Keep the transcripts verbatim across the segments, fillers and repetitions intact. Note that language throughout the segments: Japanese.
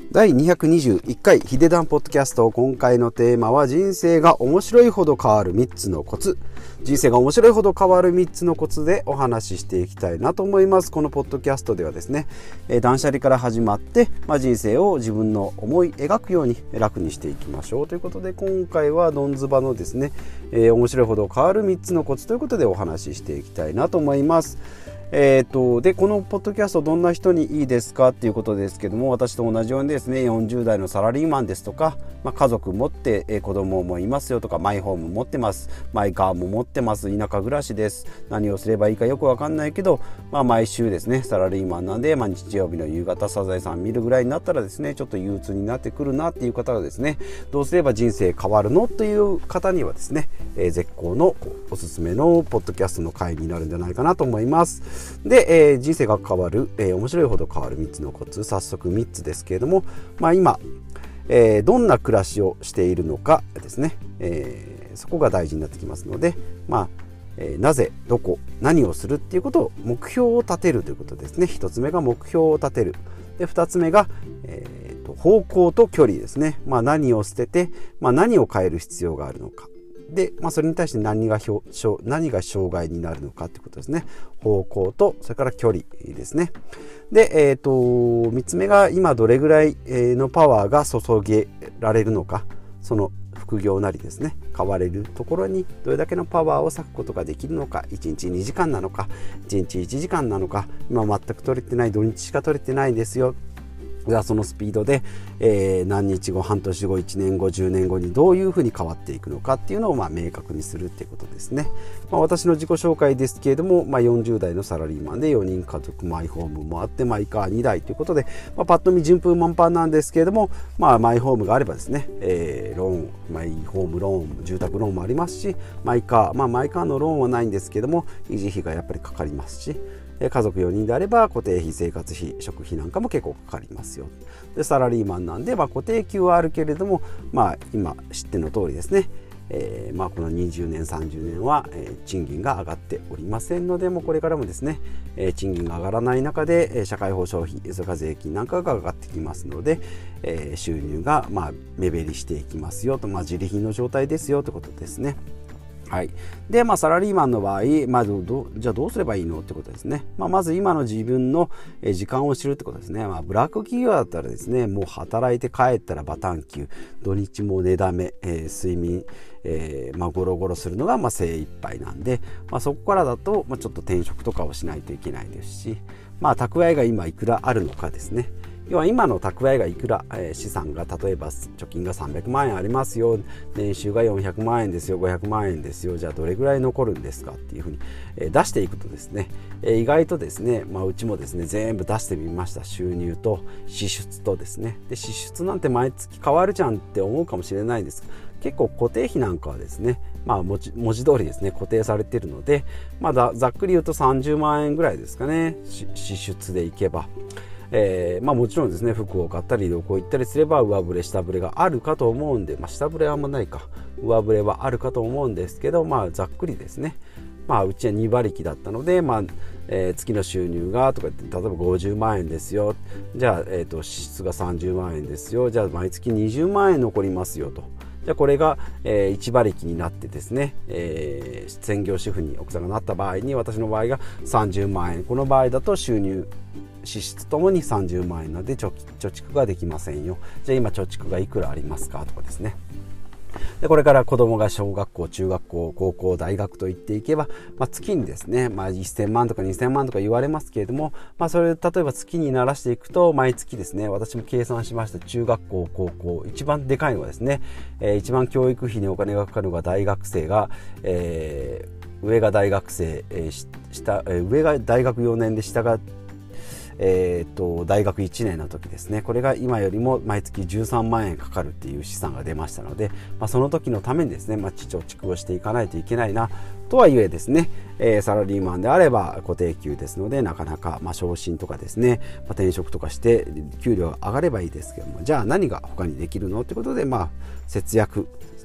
だいにひゃくにじゅういっかいヒデダンポッドキャスト。今回のテーマは人生が面白いほど変わるみっつのコツ。人生が面白いほど変わるみっつのコツでお話ししていきたいなと思います。このポッドキャストではですね、断捨離から始まって、まあ、人生を自分の思い描くように楽にしていきましょうということで、今回はドンズバのですね、えー、面白いほど変わるみっつのコツということでお話ししていきたいなと思います。えー、とでこのポッドキャストどんな人にいいですかっていうことですけども、私と同じようにですねよんじゅうだいのサラリーマンですとか、まあ、家族持って、えー、子供もいますよとか、マイホーム持ってます、マイカーも持ってます、田舎暮らしです、何をすればいいかよくわかんないけど、まあ、毎週ですねサラリーマンなんで、まあ、日曜日の夕方サザエさん見るぐらいになったらですねちょっと憂鬱になってくるなっていう方がですね、どうすれば人生変わるのという方にはですね、えー、絶好のおすすめのポッドキャストの回になるんじゃないかなと思います。で、えー、人生が変わる、えー、面白いほど変わるみっつのコツ、早速みっつですけれども、まあ、今、えー、どんな暮らしをしているのかですね、えー、そこが大事になってきますので、まあえー、なぜどこ何をするっていうことを目標を立てるということですね。ひとつめが目標を立てる。でふたつめが、えー、と方向と距離ですね。まあ、何を捨てて、まあ、何を変える必要があるのか。で、まあ、それに対して何が表何が障害になるのかということですね。方向とそれから距離ですね。で、えー、とみっつめが今どれぐらいのパワーが注げられるのか、その副業なりですね変われるところにどれだけのパワーを割くことができるのか、いちにちにじかんなのかいちにちいちじかんなのか、今全く取れてない土日しか取れてないですよ、じゃあそのスピードで、えー、何日後、半年後、いちねんご、じゅうねんごにどういうふうに変わっていくのかっていうのをまあ明確にするっていうことですね。まあ、私の自己紹介ですけれども、まあ、よんじゅうだいのサラリーマンでよにん家族、マイホームもあってマイカーにだいということで、まあ、パッと見順風満帆なんですけれども、まあ、マイホームがあればですね、えー、ローン、マイホームローン、住宅ローンもありますし、マイカー、まあ、マイカーのローンはないんですけども維持費がやっぱりかかりますし、家族よにんであれば固定費、生活費、食費なんかも結構かかりますよ。でサラリーマンなんで、まあ、固定給はあるけれども、まあ、今知っての通りですね、えーまあ、このにじゅうねんさんじゅうねんは、えー、賃金が上がっておりませんので、もうこれからもですね、えー、賃金が上がらない中で、えー、社会保障費、それから税金なんかが上がってきますので、えー、収入が、まあ、目減りしていきますよと、まあ、自利品の状態ですよということですね。はい、で、まあ、サラリーマンの場合、まあ、どどじゃあどうすればいいのってことですね。まあ、まず今の自分の時間を知るってことですね。まあ、ブラック企業だったらですね、もう働いて帰ったらバタンキュー、土日も寝だめ、えー、睡眠、えーまあ、ゴロゴロするのがまあ精一杯なんで、まあ、そこからだと、まあ、ちょっと転職とかをしないといけないですし、まあ、蓄えが今いくらあるのかですね。要は今の蓄えがいくら、えー、資産が例えば貯金がさんびゃくまんえんありますよ、年収がよんひゃくまんえんですよ、ごひゃくまんえんですよ、じゃあどれぐらい残るんですかっていうふうに、えー、出していくとですね、えー、意外とですね、まあ、うちもですね全部出してみました。収入と支出とですね。で支出なんて毎月変わるじゃんって思うかもしれないです。結構固定費なんかはですね、まあ、文字、文字通りですね固定されているので、まあ、ざっくり言うとさんじゅうまんえんぐらいですかね、支出でいけば。えーまあ、もちろんですね服を買ったり旅行行ったりすれば上振れ下振れがあるかと思うんで、まあ、下振れはあんまないか、上振れはあるかと思うんですけど、まあ、ざっくりですね、まあ、うちはにばりきだったので、まあえー、月の収入がとか言って例えばごじゅうまんえんですよ、じゃあ、えーと、支出がさんじゅうまんえんですよ、じゃあ毎月にじゅうまんえん残りますよと。じゃあこれが、えー、いちばりきになってですね、えー、専業主婦に奥さんがなった場合に、私の場合がさんじゅうまんえん、この場合だと収入支出ともにさんじゅうまんえんなので貯蓄ができませんよ。じゃあ今貯蓄がいくらありますかとかですね。でこれから子供が小学校、中学校、高校、大学といっていけば、まあ、月にですね、まあ、せんまんとかにせんまんとか言われますけれども、まあ、それ例えば月にならしていくと毎月ですね、私も計算しました。中学校、高校、一番でかいのはですね、えー、一番教育費にお金がかかるのが大学生が、えー、上が大学生、えー下えー、上が大学よねんで下がえー、と大学いちねんの時ですね、これが今よりも毎月じゅうさんまんえんかかるっていう試算が出ましたので、まあ、その時のためにですね、まあ、貯蓄をしていかないといけないなとはいえですね、えー、サラリーマンであれば固定給ですので、なかなか、まあ、昇進とかですね、まあ、転職とかして給料が上がればいいですけども、じゃあ何が他にできるのということで、まあ、節約ですね、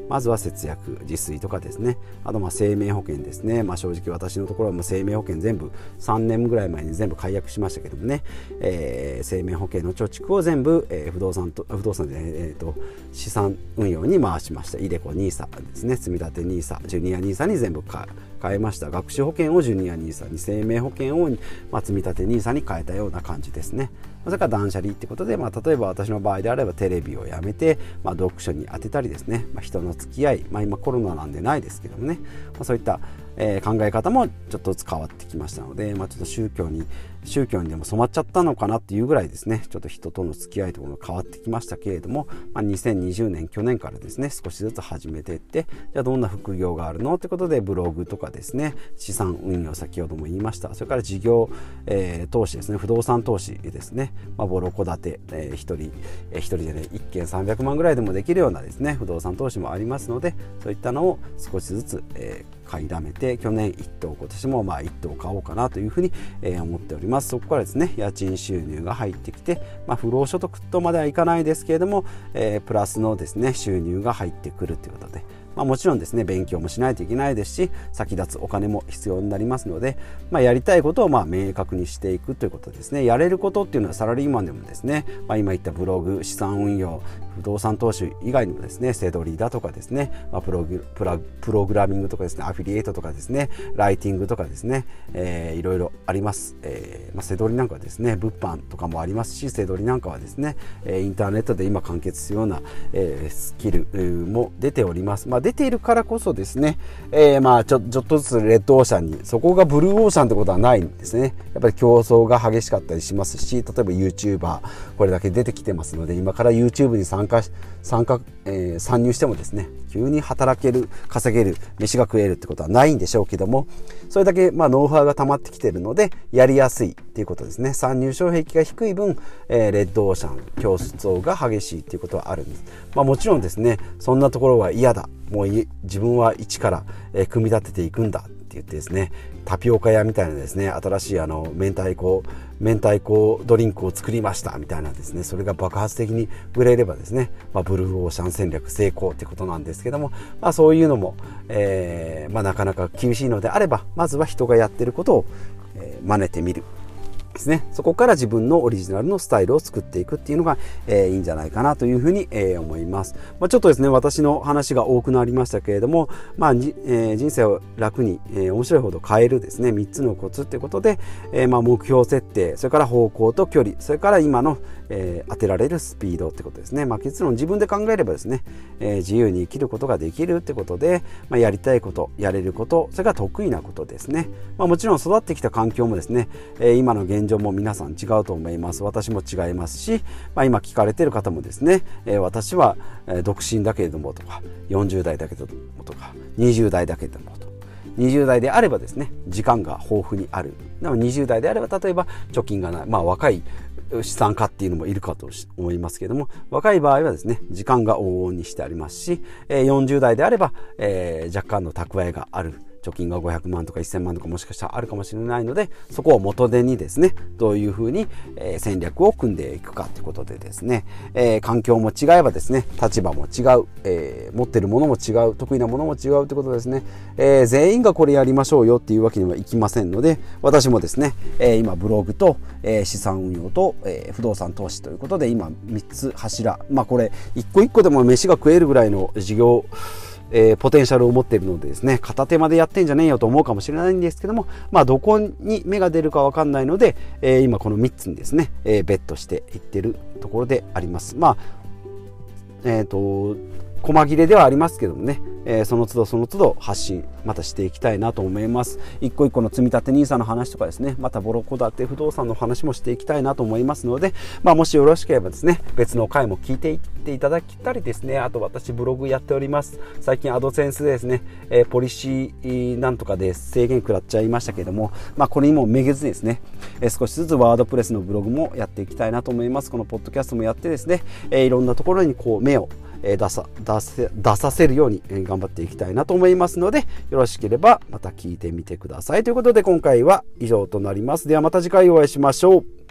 まずは節約、自炊とかですね、あとまあ生命保険ですね。まあ、正直私のところはもう生命保険全部さんねんぐらい前に全部解約しましたけどもね、えー、生命保険の貯蓄を全部、えー、不動産と不動産で、えー、と資産運用に回しました。イデコニーサですね、積み立てニーサ、ジュニアニーサに全部変えました。学習保険をジュニアニーサに、生命保険を、まあ、積み立てニーサに変えたような感じですね。それから断捨離ってことで、まあ、例えば私の場合であればテレビをやめて、まあ、読書に当てたりですね、まあ、人の付き合い、まあ、今コロナなんでないですけどもね、まあ、そういった、えー、考え方もちょっとずつ変わってきましたので、まあ、ちょっと宗教に宗教にでも染まっちゃったのかなっていうぐらいですね、ちょっと人との付き合いとかも変わってきましたけれども、まあ、にせんにじゅうねん去年からですね少しずつ始めていって、じゃあどんな副業があるのってことでブログとかですね、資産運用、先ほども言いました、それから事業、えー、投資ですね、不動産投資ですね、まあ、ボロ戸建て、えー、一人、えー、一人でねいっけんさんびゃくまんぐらいでもできるようなですね不動産投資もありますので、そういったのを少しずつ、えー買いだめて、去年いっとう、今年もまあいっとう買おうかなというふうに、えー、思っております。そこからですね家賃収入が入ってきて、まあ、不労所得とまではいかないですけれども、えー、プラスのですね収入が入ってくるということで、まあ、もちろんですね勉強もしないといけないですし、先立つお金も必要になりますので、まあ、やりたいことをまあ明確にしていくということですね。やれることっていうのはサラリーマンでもですね、まあ、今言ったブログ、資産運用、不動産投資以外にもですね、セドリだとかですね、まあ、プログ、プラ、プログラミングとかですね、アフィリエイトとかですね、ライティングとかですね、えー、いろいろあります。えーまあ、セドリなんかはですね、物販とかもありますし、セドリなんかはですね、インターネットで今完結するような、えー、スキルも出ております。まあ、出ているからこそですね、えー、まあちょ、ちょっとずつレッドオーシャンに、そこがブルーオーシャンってことはないんですね。やっぱり競争が激しかったりしますし、例えば YouTuber これだけ出てきてますので、今から YouTube に参加参加、えー、参入してもですね、急に働ける、稼げる、飯が食えるってことはないんでしょうけども、それだけまあノウハウが溜まってきているのでやりやすいっていうことですね。参入障壁が低い分、えー、レッドオーシャン、競争が激しいっていうことはあるんです。まあもちろんですね、そんなところは嫌だ、もう自分は一から、えー、組み立てていくんだって言ってですね、タピオカ屋みたいなですね、新しいあの明太子明太子ドリンクを作りましたみたいなですね、それが爆発的に売れればですね、まあ、ブルーオーシャン戦略成功ってことなんですけども、まあ、そういうのも、えーまあ、なかなか厳しいのであれば、まずは人がやってることを、えー、真似てみるですね。そこから自分のオリジナルのスタイルを作っていくっていうのが、えー、いいんじゃないかなというふうに、えー、思います。まあ、ちょっとですね私の話が多くなりましたけれども、まあえー、人生を楽に、えー、面白いほど変えるですねみっつのコツっていうことで、えーまあ、目標設定、それから方向と距離、それから今の、えー、当てられるスピードってことですね。まあ、結論自分で考えればですね、えー、自由に生きることができるってことで、まあ、やりたいこと、やれること、それから得意なことですね。まあ、もちろん育ってきた環境もですね、えー、今の現状も皆さん違うと思います。私も違いますし、まあ、今聞かれている方もですね、えー、私は、えー、独身だけれどもとか、よんじゅうだいだけれどもとか、にじゅうだいだけれどもと、にじゅうだいであればですね時間が豊富にある。でもにじゅうだいであれば例えば貯金がない、まあ若い資産家っていうのもいるかと思いますけれども、若い場合はですね時間が往々にしてありますし、よんじゅうだいであれば、えー、若干の蓄えがある。貯金がごひゃくまんとかせんまんとかもしかしたらあるかもしれないので、そこを元手にですねどういうふうに、えー、戦略を組んでいくかということでですね、えー、環境も違えばですね立場も違う、えー、持ってるものも違う、得意なものも違うということですね、えー、全員がこれやりましょうよっていうわけにはいきませんので、私もですね、えー、今ブログと、えー、資産運用と、えー、不動産投資ということで今みっつ柱、まあこれ一個一個でも飯が食えるぐらいの事業えー、ポテンシャルを持っているのでですね、片手間でやってんじゃねえよと思うかもしれないんですけども、まあどこに芽が出るかわかんないので、えー、今このみっつにですね、えー、ベットしていってるところであります。まあえっと細切れではありますけどもね、えー、その都度その都度発信またしていきたいなと思います。一個一個の積み立て ニーサ の話とかですね、またボロ戸建て不動産の話もしていきたいなと思いますので、まあ、もしよろしければですね別の回も聞いていっていただきたりですね、あと私ブログやっております。最近アドセンスでですね、えー、ポリシーなんとかで制限食らっちゃいましたけども、まあ、これにもめげずにですね、えー、少しずつワードプレスのブログもやっていきたいなと思います。このポッドキャストもやってですね、えー、いろんなところにこう目を出さ、出せ、出させるように頑張っていきたいなと思いますので、よろしければまた聞いてみてください。ということで今回は以上となります。ではまた次回お会いしましょう。